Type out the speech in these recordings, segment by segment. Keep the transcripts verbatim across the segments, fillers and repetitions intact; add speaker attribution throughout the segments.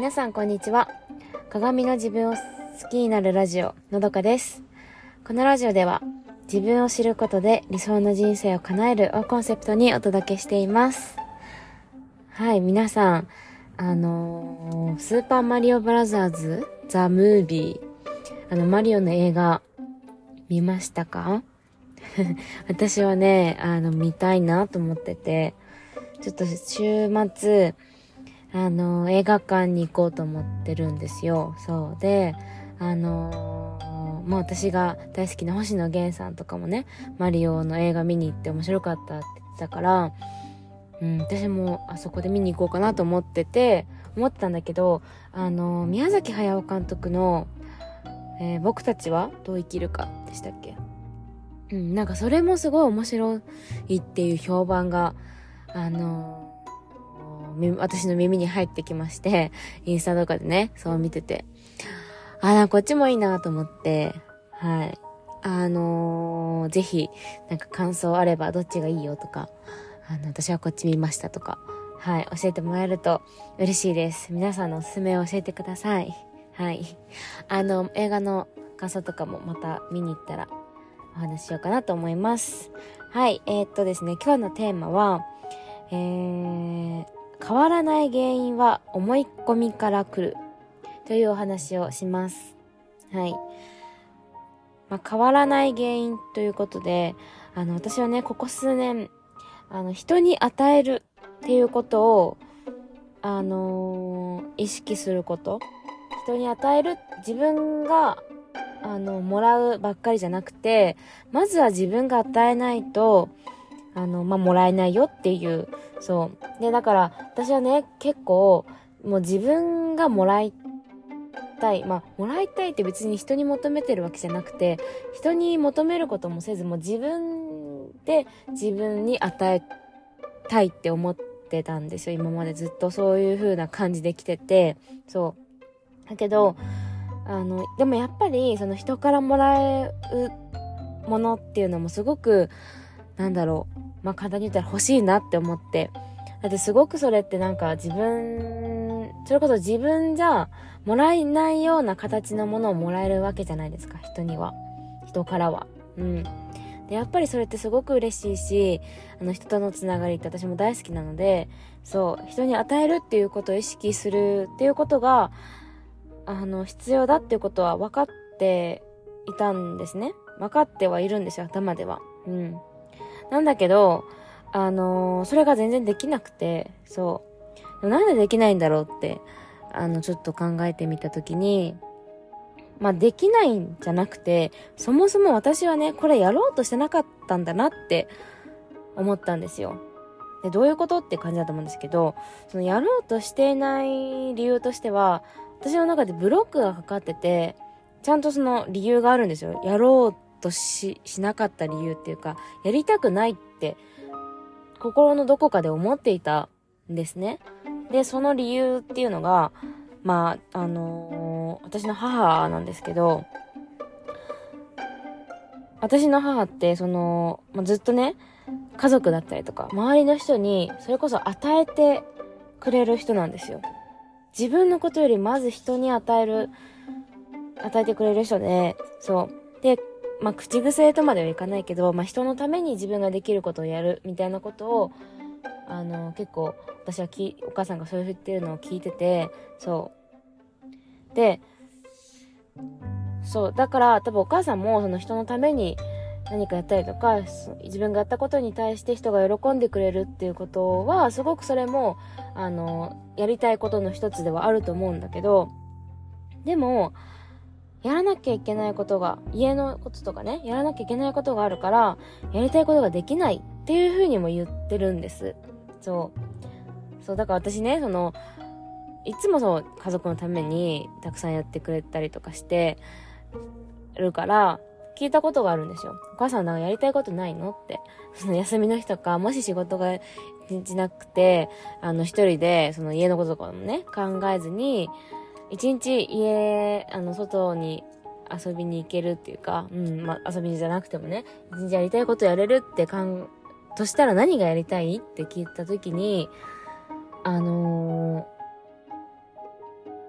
Speaker 1: 皆さんこんにちは。鏡の自分を好きになるラジオのどかです。このラジオでは自分を知ることで理想の人生を叶えるをコンセプトにお届けしています。はい、皆さんあのー、スーパーマリオブラザーズザ・ムービー、あのマリオの映画見ましたか？私はねあの見たいなと思ってて、ちょっと週末あの映画館に行こうと思ってるんですよ。そうであのー、まあ私が大好きな星野源さんとかもねマリオの映画見に行って面白かったって言ってたから、うん、私もあそこで見に行こうかなと思ってて思ってたんだけど、あのー、宮崎駿監督の、えー、僕たちはどう生きるかでしたっけ？うん、なんかそれもすごい面白いっていう評判があのー私の耳に入ってきまして、インスタとかでねそう見てて、あーこっちもいいなと思って、はいあのー、ぜひなんか感想あればどっちがいいよとか、あの私はこっち見ましたとか、はい教えてもらえると嬉しいです。皆さんのおすすめを教えてください。はいあの映画の感想とかもまた見に行ったらお話ししようかなと思います。はいえー、っとですね今日のテーマはえー変わらない原因は思い込みから来るというお話をします。はい、まあ、変わらない原因ということで、あの私はねここ数年あの人に与えるっていうことをあのー、意識すること、人に与える、自分があのもらうばっかりじゃなくて、まずは自分が与えないとあのまあもらえないよっていう、そうでだから私はね結構もう自分がもらいたい、まあもらいたいって別に人に求めてるわけじゃなくて、人に求めることもせずもう自分で自分に与えたいって思ってたんですよ。今までずっとそういう風な感じで来てて、そうだけどあのでもやっぱりその人からもらえるものっていうのもすごくなんだろう、まあ簡単に言ったら欲しいなって思って、だってすごくそれってなんか自分、それこそ自分じゃもらえないような形のものをもらえるわけじゃないですか、人には、人からは。うんでやっぱりそれってすごく嬉しいし、あの人とのつながりって私も大好きなので、そう人に与えるっていうことを意識するっていうことがあの必要だっていうことは分かっていたんですね。分かってはいるんですよ、頭では。うんなんだけど、あのー、それが全然できなくて、そう。でもなんでできないんだろうって、あの、ちょっと考えてみたときに、まあ、できないんじゃなくて、そもそも私はね、これやろうとしてなかったんだなって思ったんですよ。で、どういうことって感じだと思うんですけど、そのやろうとしていない理由としては、私の中でブロックがかかってて、ちゃんとその理由があるんですよ。やろうとし、しなかった理由っていうか、やりたくないって心のどこかで思っていたんですね。でその理由っていうのがまああのー、私の母なんですけど、私の母ってその、まあ、ずっとね家族だったりとか周りの人にそれこそ与えてくれる人なんですよ。自分のことよりまず人に与える与えてくれる人で、そうでまあ口癖とまではいかないけど、まあ、人のために自分ができることをやるみたいなことをあの結構私はきお母さんがそういう言ってるのを聞いてて、そうでそうだから多分お母さんもその人のために何かやったりとか自分がやったことに対して人が喜んでくれるっていうことはすごくそれもあのやりたいことの一つではあると思うんだけど、でもやらなきゃいけないことが家のこととかねやらなきゃいけないことがあるからやりたいことができないっていう風にも言ってるんです。そうそうだから私ねそのいつもそう家族のためにたくさんやってくれたりとかしてるから聞いたことがあるんですよ。お母さんなんかやりたいことないのって、その休みの日とかもし仕事が一日なくてあの一人でその家のこととかもね考えずに一日家あの外に遊びに行けるっていうか、うんまあ遊びじゃなくてもね一日やりたいことやれるってかんとしたら何がやりたいって聞いた時にあの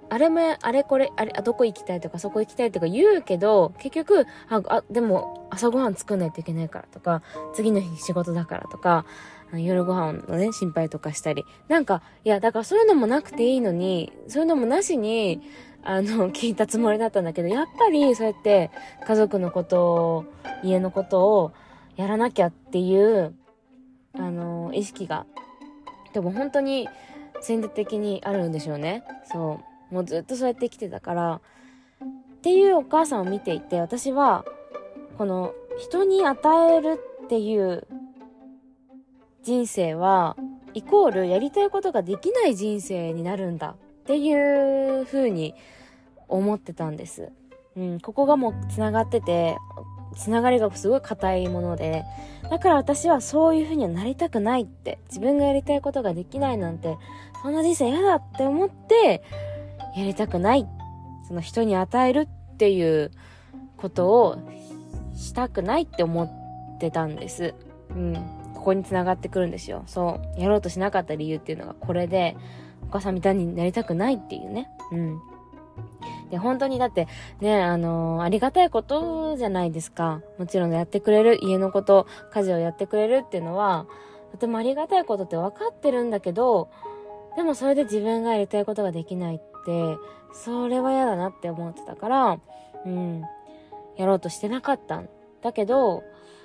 Speaker 1: あれも、あれこれ、あれ、あ、どこ行きたいとか、そこ行きたいとか言うけど、結局、あ、あでも、朝ごはん作んないといけないからとか、次の日仕事だからとか、夜ご飯のね、心配とかしたり。なんか、いや、だからそういうのもなくていいのに、そういうのもなしに、あの、聞いたつもりだったんだけど、やっぱり、そうやって、家族のことを、家のことを、やらなきゃっていう、あの、意識が、でも本当に、潜在的にあるんでしょうね。そう。もうずっとそうやって生きてたから、っていうお母さんを見ていて、私は、この人に与えるっていう人生は、イコールやりたいことができない人生になるんだっていう風に思ってたんです。うん、ここがもう繋がってて、繋がりがすごい硬いもので、だから私はそういう風にはなりたくないって、自分がやりたいことができないなんて、そんな人生嫌だって思って、やりたくない。その人に与えるっていうことをしたくないって思ってたんです。うん。ここに繋がってくるんですよ。そう。やろうとしなかった理由っていうのがこれで、お母さんみたいになりたくないっていうね。うん。で、本当にだってね、あのー、ありがたいことじゃないですか。もちろんやってくれる、家のこと、家事をやってくれるっていうのは、とてもありがたいことって分かってるんだけど、でもそれで自分がやりたいことができないって、それは嫌だなって思ってたから、うん、やろうとしてなかったんだけど、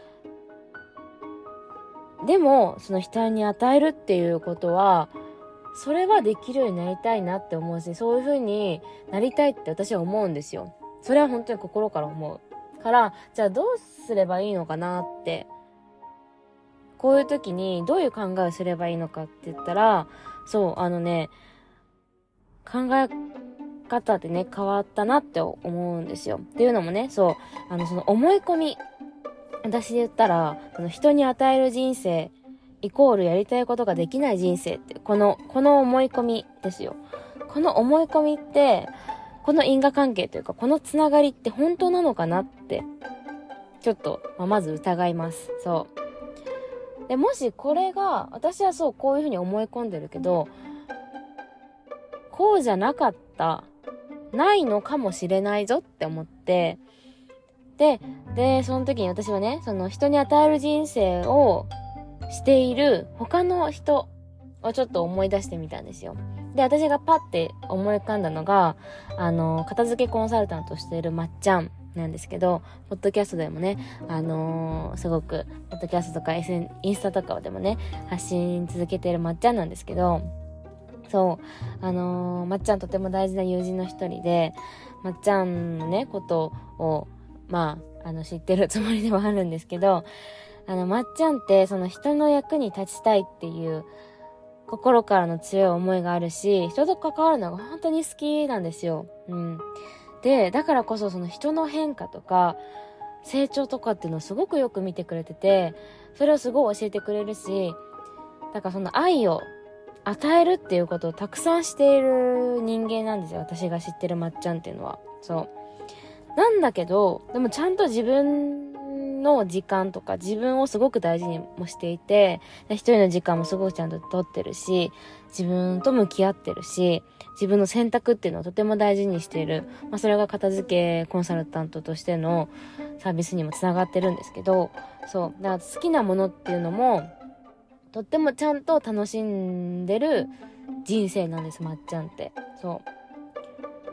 Speaker 1: でも、その人に与えるっていうことは、それはできるようになりたいなって思うし、そういう風になりたいって私は思うんですよ。それは本当に心から思う。から、じゃあどうすればいいのかなって。こういう時にどういう考えをすればいいのかって言ったら、そう、あのね、考え方ってね、変わったなって思うんですよ。っていうのもね、そう、あの、その思い込み。私で言ったら、その人に与える人生、イコールやりたいことができない人生って、この、この思い込みですよ。この思い込みって、この因果関係というか、このつながりって本当なのかなって、ちょっと、まあ、まず疑います。そう。で、もしこれが、私はそう、こういうふうに思い込んでるけど、こうじゃなかった、ないのかもしれないぞって思って、で、で、その時に私はね、その人に与える人生をしている他の人をちょっと思い出してみたんですよ。で、私がパッて思い浮かんだのが、あの、片付けコンサルタントをしているまっちゃんなんですけど、ポッドキャストでもね、あのー、すごく、ポッドキャストとか エスエヌ、インスタとかでもね、発信続けているまっちゃんなんですけど、そう、あのー、まっちゃんとても大事な友人の一人で、まっちゃんのね、ことを、まあ、あの、知ってるつもりではあるんですけど、あの、まっちゃんって、その人の役に立ちたいっていう、心からの強い思いがあるし、人と関わるのが本当に好きなんですよ。うん。で、だからこそその人の変化とか、成長とかっていうのをすごくよく見てくれてて、それをすごい教えてくれるし、だからその愛を与えるっていうことをたくさんしている人間なんですよ。私が知ってるまっちゃんっていうのは。そう。なんだけど、でもちゃんと自分の時間とか自分をすごく大事にもしていて、一人の時間もすごくちゃんと取ってるし、自分と向き合ってるし、自分の選択っていうのをとても大事にしている。まあそれが片付けコンサルタントとしてのサービスにもつながってるんですけど、そう。だから好きなものっていうのも、とってもちゃんと楽しんでる人生なんです、まっちゃんって。そう。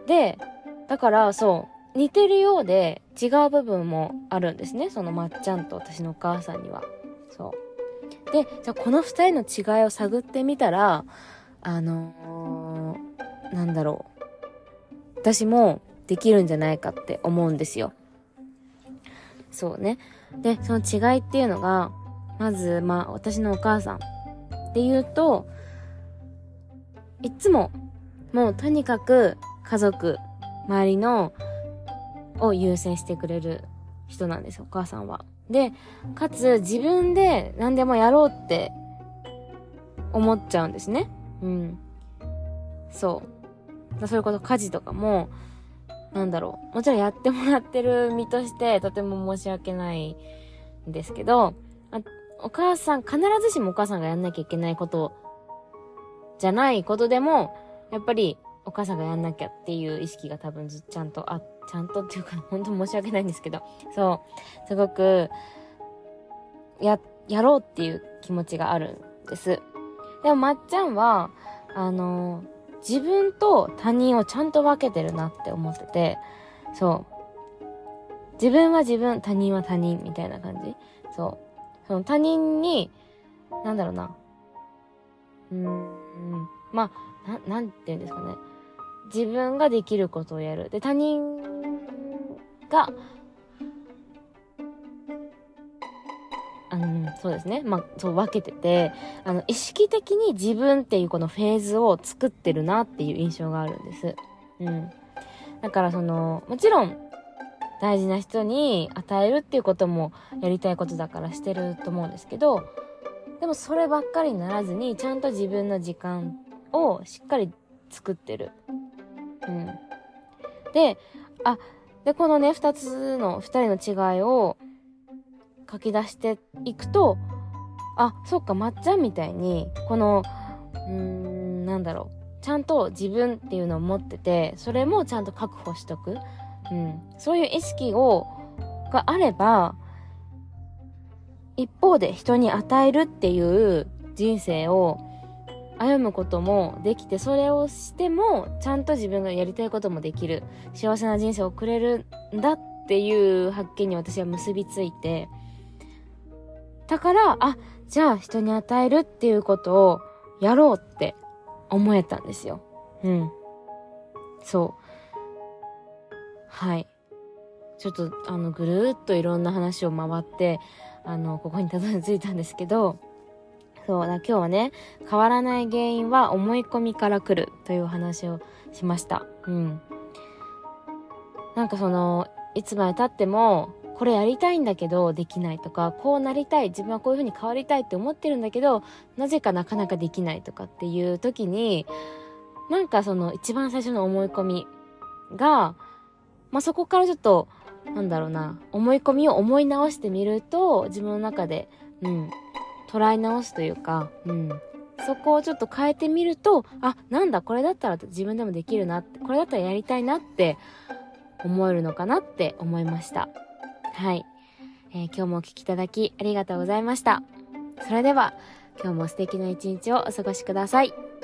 Speaker 1: で、だからそう、似てるようで違う部分もあるんですね。そのまっちゃんと私のお母さんには。そう。で、じゃあこの二人の違いを探ってみたら、あのー、なんだろう。私もできるんじゃないかって思うんですよ。そうね。で、その違いっていうのが、まず、まあ、私のお母さんっていうと、いつも、もうとにかく家族、周りの、を優先してくれる人なんですよ、お母さんは。で、かつ自分で何でもやろうって思っちゃうんですね。うん。そう。そういうこと、家事とかも、なんだろう。もちろんやってもらってる身としてとても申し訳ないんですけど、あお母さん、必ずしもお母さんがやんなきゃいけないことじゃないことでも、やっぱりおお母さんがやんなきゃっていう意識が多分ずっとちゃんとあ、ちゃんとっていうか、本当申し訳ないんですけど、そう、すごく、や、やろうっていう気持ちがあるんです。でもまっちゃんは、あの、自分と他人をちゃんと分けてるなって思ってて、そう。自分は自分、他人は他人みたいな感じ。そう。その他人に、なんだろうな。うーん、まあ、な、なんて言うんですかね。自分ができることをやる。で、他人が、あの、そうですね。まあ、そう分けてて、あの、意識的に自分っていうこのフェーズを作ってるなっていう印象があるんです。うん。だからその、もちろん、大事な人に与えるっていうこともやりたいことだからしてると思うんですけど、でもそればっかりにならずに、ちゃんと自分の時間をしっかり作ってる。うん。で、あ、で、このね、二つの、二人の違いを書き出していくと、あ、そっか、まっちゃんみたいに、この、うーん、なんだろう。ちゃんと自分っていうのを持ってて、それもちゃんと確保しとく。うん。そういう意識を、があれば、一方で人に与えるっていう人生を歩むこともできて、それをしても、ちゃんと自分がやりたいこともできる。幸せな人生を送れるんだっていう発見に私は結びついて、だから、あ、じゃあ人に与えるっていうことをやろうって思えたんですよ。うん。そう。はい。ちょっと、あの、ぐるーっといろんな話を回って、あの、ここにたどり着いたんですけど、そうだ、今日はね、変わらない原因は思い込みから来るというお話をしました。うん。なんかその、いつまで経っても、これやりたいんだけどできないとか、こうなりたい、自分はこういう風に変わりたいって思ってるんだけど、なぜかなかなかできないとかっていう時に、なんかその一番最初の思い込みが、まあ、そこからちょっと、なんだろうな、思い込みを思い直してみると、自分の中で、うん、捉え直すというか、うん、そこをちょっと変えてみると、あ、なんだ、これだったら自分でもできるなって、これだったらやりたいなって思えるのかなって思いました。はい、えー、今日もお聞きいただきありがとうございました。それでは、今日も素敵な一日をお過ごしください。